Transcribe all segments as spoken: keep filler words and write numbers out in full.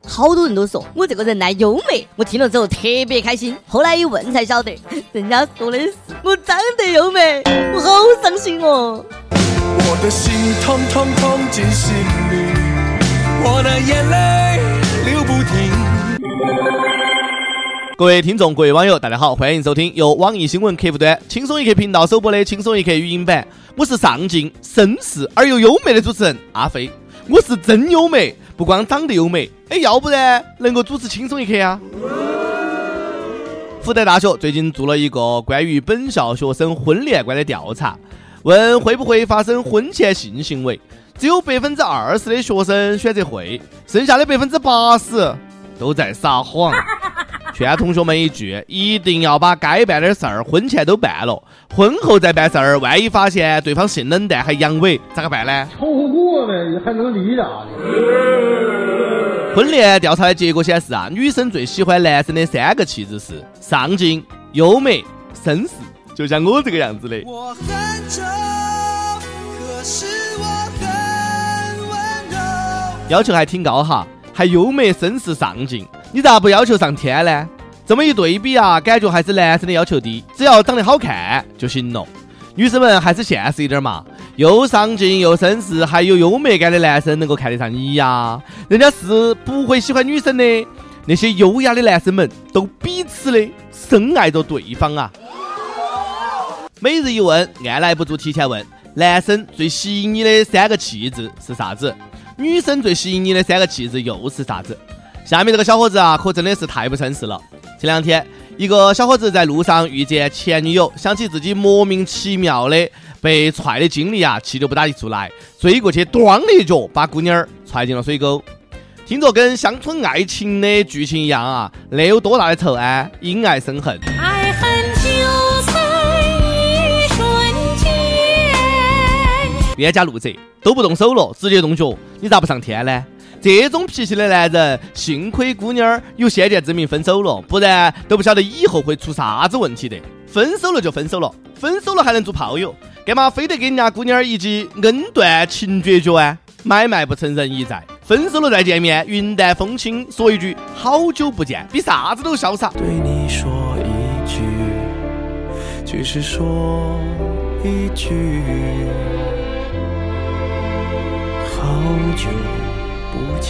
好多人都说我这个人呢优美，我听了之后特别开心。后来一问才晓得，人家说的是我长得优美，我好伤心哦。 我的心痛痛痛进心里，我的眼泪流不停。 各位听众，各位网友，大家好，欢迎收听由网易新闻客户端轻松一刻频道首播的轻松一刻语音版。我是上进、绅士而又优美的主持人阿飞。我是真优美，不光长得优美，哎，要不然能够主持轻松一刻啊。复旦大学最近做了一个关于本校学生婚恋观的调查，问会不会发生婚前性行为，只有百分之二十的学生选择会，剩下的百分之八十都在撒谎。劝同学们一句，一定要把该办的事儿婚前都办了，婚后再办事儿，万一发现对方性冷淡还阳痿，咋个办呢？ 凑合呗，还能离咋的？ 婚恋调查的结果显示啊，女生最喜欢男生的三个气质是上进、优美、绅士，就像我这个样子的。 我很丑，可是我很温柔。 要求还挺高哈，还优美、绅士、上进，你咋不要求上天呢？这么一对比啊，感觉还是男生的要求低，只要长得好看就行了。女生们还是现实一点嘛，又上进又绅士还有优美感的男生能够看得上你呀？人家是不会喜欢女生的。那些优雅的男生们都彼此的深爱着对方啊。每日一问，按耐不住提前问，男生最吸引你的三个气质是啥子？女生最吸引你的三个气质又是啥子？下面这个小伙子啊，可真的是太不绅士了。前两天，一个小伙子在路上遇见前女友，想起自己莫名其妙的被踹的经历啊，气都不打一处来，追过去咣的一脚把姑娘踹进了水沟。听着跟乡村爱情的剧情一样啊，那有多大的仇啊？因爱生恨， 爱恨就在一瞬间。 冤家路窄，都不动手了，直接动脚，你咋不上天呢？这种脾气的男人，幸亏姑娘有先见之明分手了，不然都不晓得以后会出啥子问题的。分手了就分手了，分手了还能做炮友，干嘛非得跟人家姑娘一记恩断情绝绝啊？买卖不成仁义在，分手了再见面，云淡风轻，说一句好久不见，比啥子都潇洒。 对你说一句，只是说一句，好久不见。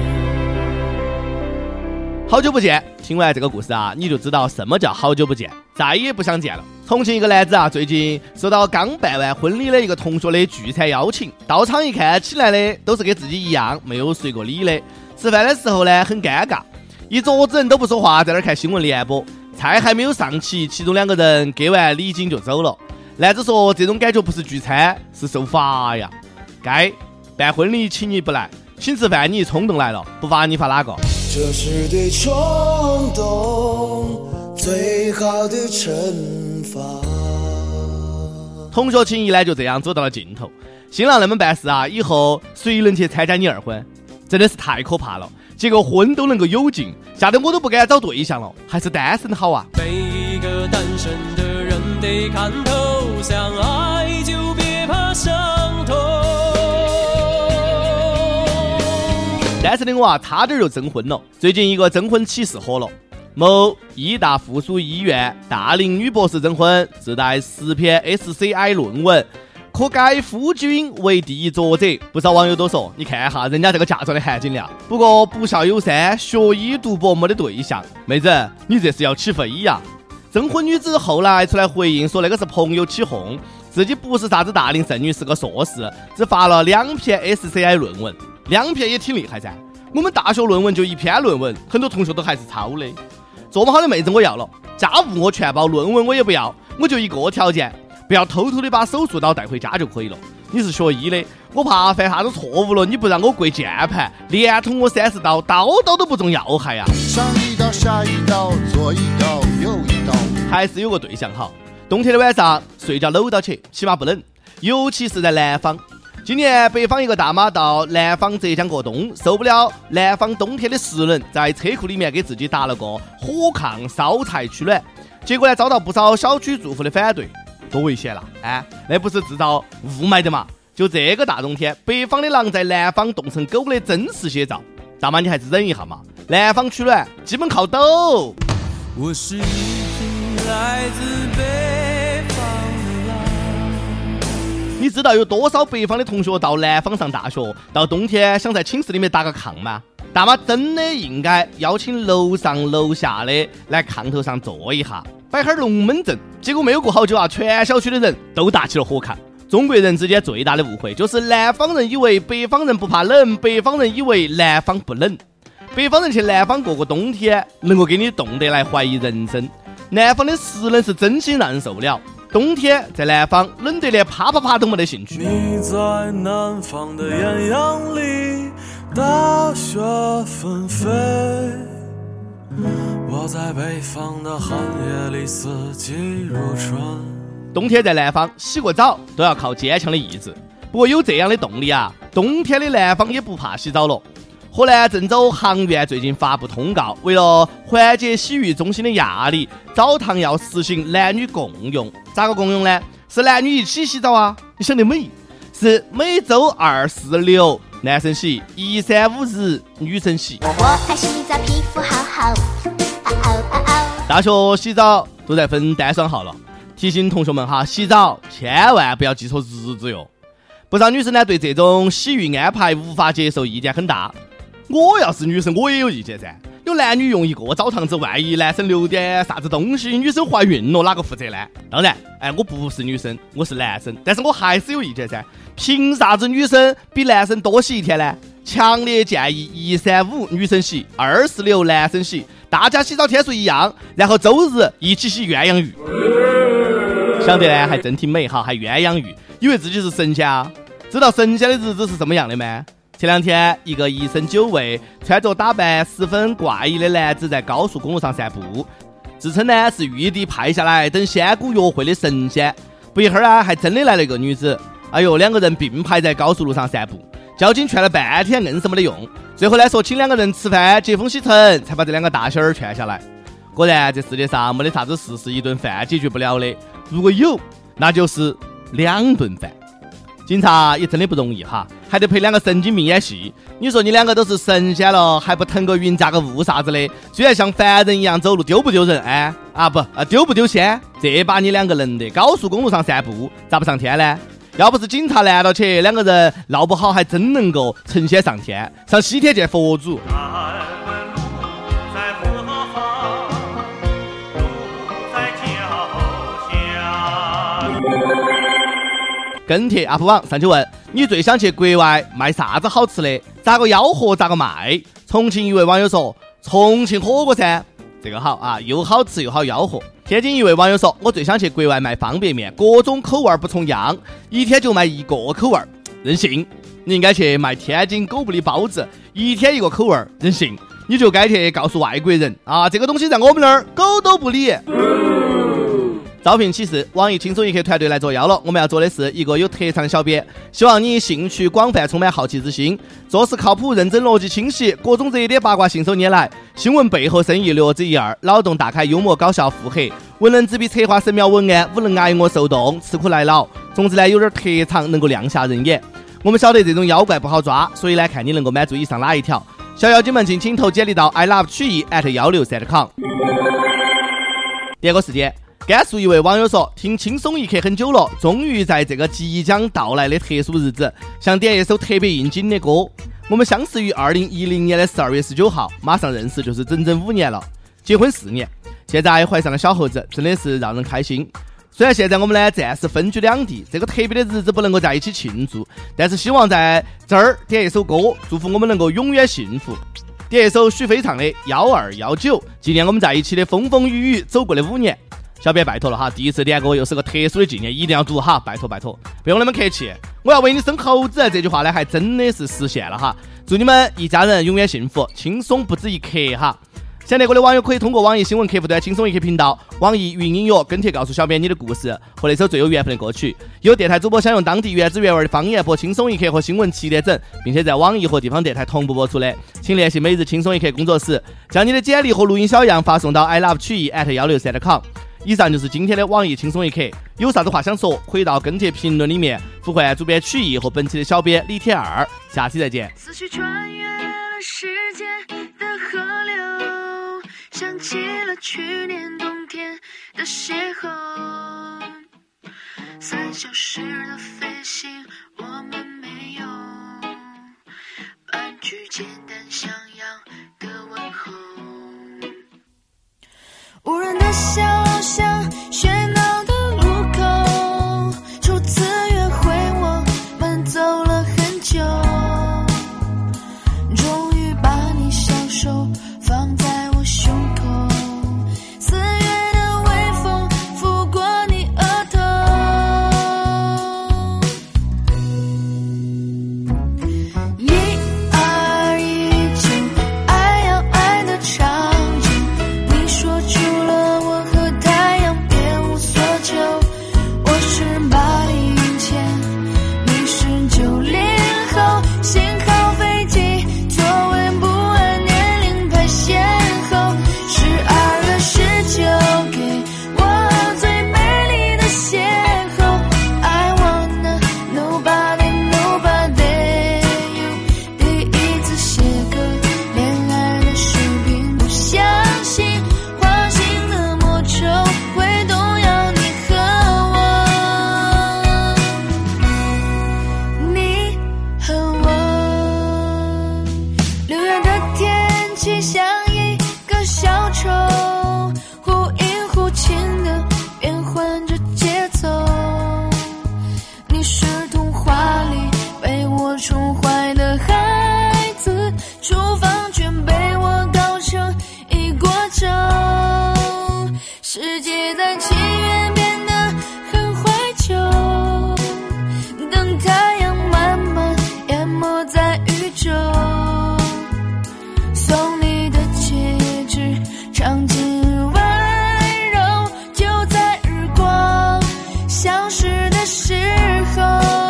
好久不见，听完这个故事啊，你就知道什么叫好久不见，再也不想见了。重庆一个男子啊，最近收到刚办完婚礼的一个同学的聚餐邀请，到场一看，起来的都是跟自己一样没有随过礼的。吃饭的时候呢，很尴尬，一桌子人都不说话，在那儿看新闻联播，菜还没有上齐，其中两个人给完礼金就走了。男子说，这种感觉不是聚餐，是受罚呀。该办婚礼请你不来，请吃饭你一冲动来了，不罚你罚哪个？ 这是对冲动最好的惩罚。 同学情谊呢就这样走到了尽头。新郎那么办事啊，以后谁能去参加你二婚？真的是太可怕了。结个婚都能够有劲，吓得我都不敢找对象了，还是单身好啊。 每一个单身的人得看透，相爱就别怕伤痛。 单身的我啊，差点就征婚了。最近一个征婚启事火了，某医大附属医院大龄女博士征婚，自带十篇 S C I 论文，可改夫君为第一作者。不少网友都说，你看哈，人家这个嫁妆的含金量。不过不孝有三，学医读博没得对象，妹子你这是要起飞呀！征婚女子后来出来回应说，那个是朋友起哄，自己不是啥子大龄剩女，是个硕士，只发了两篇 S C I 论文。两篇也挺厉害噻，我们大学论文就一篇论文，很多同学都还是抄的。做不好的妹子我要了，家务我全包，论文我也不要，我就一个条件，不要偷偷的把手术刀带回家就可以了。你是学医的，我怕犯啥子错误了，你不让我跪键盘，连捅我三十刀，刀刀都不中要害呀。 上一刀下一刀，左一刀右一刀， 还是有个对象好。冬天的晚上睡觉搂到起，起码不冷，尤其是在南方。今年北方一个大妈到南方浙江过冬，受不了南方冬天的湿冷，在车库里面给自己打了个火炕烧柴取暖，结果呢遭到不少小区住户的反对。多危险了啊！那不是制造雾霾的嘛？就这个大冬天，北方的狼在南方冻成狗的真实写照。 大妈你还是忍一下嘛，南方取暖基本靠抖。 我是一匹来自北方的狼。 你知道有多少北方的同学到南方上大学，到冬天想在寝室里面搭个炕吗？大妈真的应该邀请楼上楼下的来炕头上坐一下，摆哈龙门阵。结果没有过好久啊，全小区的人都搭起了火炕。中国人之间最大的误会就是南方人以为北方人不怕冷，北方人以为南方不冷。北方人去南方过个冬天能够给你冻得来怀疑人生，南方的湿冷是真心让人受不了。冬天在南方冷得连啪啪啪都没得兴趣。 你在南方的艳阳里大雪纷飞，我在北方的寒夜里四季如春。 冬天在南方洗个澡都要靠坚强的意志，不过有这样的动力啊，冬天的南方也不怕洗澡了。河南郑州航院最近发布通告，为了缓解洗浴中心的压力，澡堂要实行男女共用。咋个共用呢？是男女一起洗澡啊？你想得美，是每周二四六男生洗，一三五日女生洗。 我爱洗澡，皮肤好好。嗷嗷嗷嗷。 大学洗澡都在分单双号了，提醒同学们哈，洗澡千万不要记错日子哟。不少女生呢对这种洗浴安排无法接受，意见很大。我要是女生我也有意见噻，有男女用一个澡堂子，万一男生留点啥子东西，女生怀孕了哪个负责呢？当然，哎，我不是女生，我是男生，但是我还是有意见噻。凭啥子女生比男生多洗一天呢？强烈建议一三五女生洗，二四六男生洗，大家洗澡天数一样，然后周日一起洗鸳鸯浴。想得呢还真挺美哈，还鸳鸯浴，以为自己是神仙啊？知道神仙的日子是什么样的吗？前两天，一个一身酒味、穿着打扮十分怪异的男子在高速公路上散步，自称呢是玉帝派下来等仙姑约会的神仙。不一会儿啊，还真的来了一个女子。哎呦，两个人并排在高速路上散步，交警劝了半天，硬是没得用。最后呢，说请两个人吃饭接风洗尘，才把这两个大仙儿劝下来。果然，这世界上没得啥子事是一顿饭解决不了的，如果有，那就是两顿饭。警察也真的不容易哈，还得陪两个神经病演戏。你说你两个都是神仙了，还不腾个云架个雾啥子的，居然像凡人一样走路，丢不丢人？哎啊不啊丢不丢仙？这把你两个人的高速公路上散步，咋不上天呢？要不是警察拦到起，两个人闹不好还真能够成仙上天，上西天见佛祖。跟帖 U P 网上去问你最想去国外卖啥子好吃的，咋个吆喝咋个卖。重庆一位网友说重庆火锅噻，这个好啊，又好吃又好吆喝。天津一位网友说我最想去国外卖方便面，各种口味不重样，一天就卖一个口味，任性。你应该去卖天津狗不理包子，一天一个口味，任性。你就该去告诉外国人啊，这个东西在我们那儿狗都不理。招聘启事，网易轻松一刻团队来作妖了。我们要做的是一个有特长的小编，希望你兴趣广泛，充满好奇之心，做事靠谱认真，逻辑清晰，各种热点八卦信手拈来，新闻背后深意略知一二，脑洞大开，幽默搞笑腹黑，文能执笔策划神妙文案，武能挨饿受冻，吃苦耐劳。总之呢，有点特长能够亮瞎人眼。我们晓得这种妖怪不好抓，所以呢，看你能够满足以上哪一条。小妖精们请请投简历到 i love 曲艺 at 一六三 com。第二个时间。甘肃一位网友说听轻松一刻很久了，终于在这个即将到来的特殊日子想点一首特别应景的歌。我们相识于二零一零年的十二月十九号，马上认识就是整整五年了，结婚四年，现在怀上了小猴子，真的是让人开心。虽然现在我们呢暂时分居两地，这个特别的日子不能够在一起庆祝，但是希望在这儿点一首歌，祝福我们能够永远幸福。点一首许飞唱的幺二幺九，纪念我们在一起的风风雨雨走过的五年。小编拜托了哈，第一次点歌又是个特殊的纪念，一定要读哈，拜托拜托，不用那么客气。我要为你生猴子，这句话呢还真的是实现了哈。祝你们一家人永远幸福，轻松不止一刻哈。想点歌的网友可以通过网易新闻客户端轻松一刻频道、网易云音乐跟帖告诉小编你的故事和那首最有缘分的歌曲。有电台主播想用当地原汁原味的方言播轻松一刻和新闻七点整，并且在网易和地方电台同步播出的，请联系每日轻松一刻工作室，将你的简历和录音小样发送到 i love 曲艺 at 一六三 com。以上就是今天的网易轻松一刻，有啥子话想说，可以到跟帖评论里面呼唤主编曲艺和本期的小编李铁二，下期再见。 思绪穿越了世界的河流，想起了去年冬天的邂逅。三小时的飞行，我们没有半句简单像样的问候。无人的小巷，喧闹的路口，初次约会我们走了很久，终于把你小手放在我胸口，四月的微风拂过你额头，一二一九，爱要爱的长久，你说出了我和太阳别无所求，我是八零前，你是九零后，幸好飞机座位不按年龄排先后，十二月十九给我最美丽的邂逅。 I wanna nobody nobody you， 第一次写歌，恋爱的水平不相信，花心的魔咒会动摇你和我，你和我。六月的天气像一个小丑，忽隐忽晴的变换着节奏，你是童话里被我宠坏的孩子，厨房全被我搞成一锅粥，世界在七月变得很怀旧，等太阳慢慢淹没在宇宙，送你的戒指尝尽温柔，就在日光消失的时候，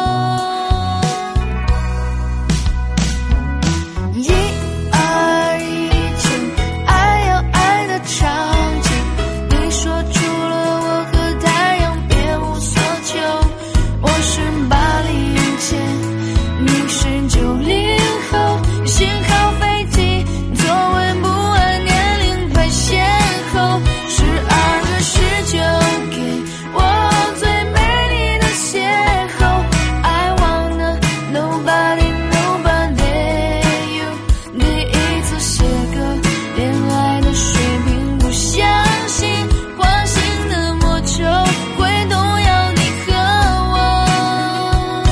一二一九，爱要爱的长久，你说出了我和太阳别无所求，我是八零前，你是九零后，幸好飞机座位不按年龄排先后，十二月十九给我最美丽的邂逅。 I wanna nobody nobody you， 第一次写歌，恋爱的水平不相信，花心的魔咒会动摇你和我，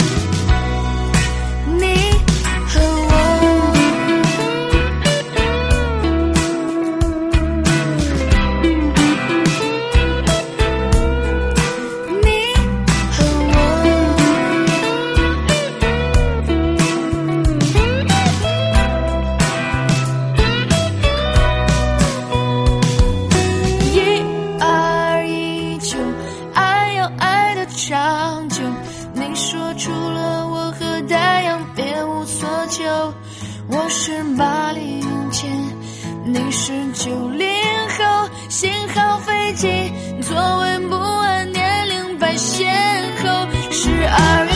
你和我，你和我，一二一九，爱要爱的长久，你说出了我和太阳别无所求，我是八零前，你是九零后，幸好飞机座位不按年龄排先后，十二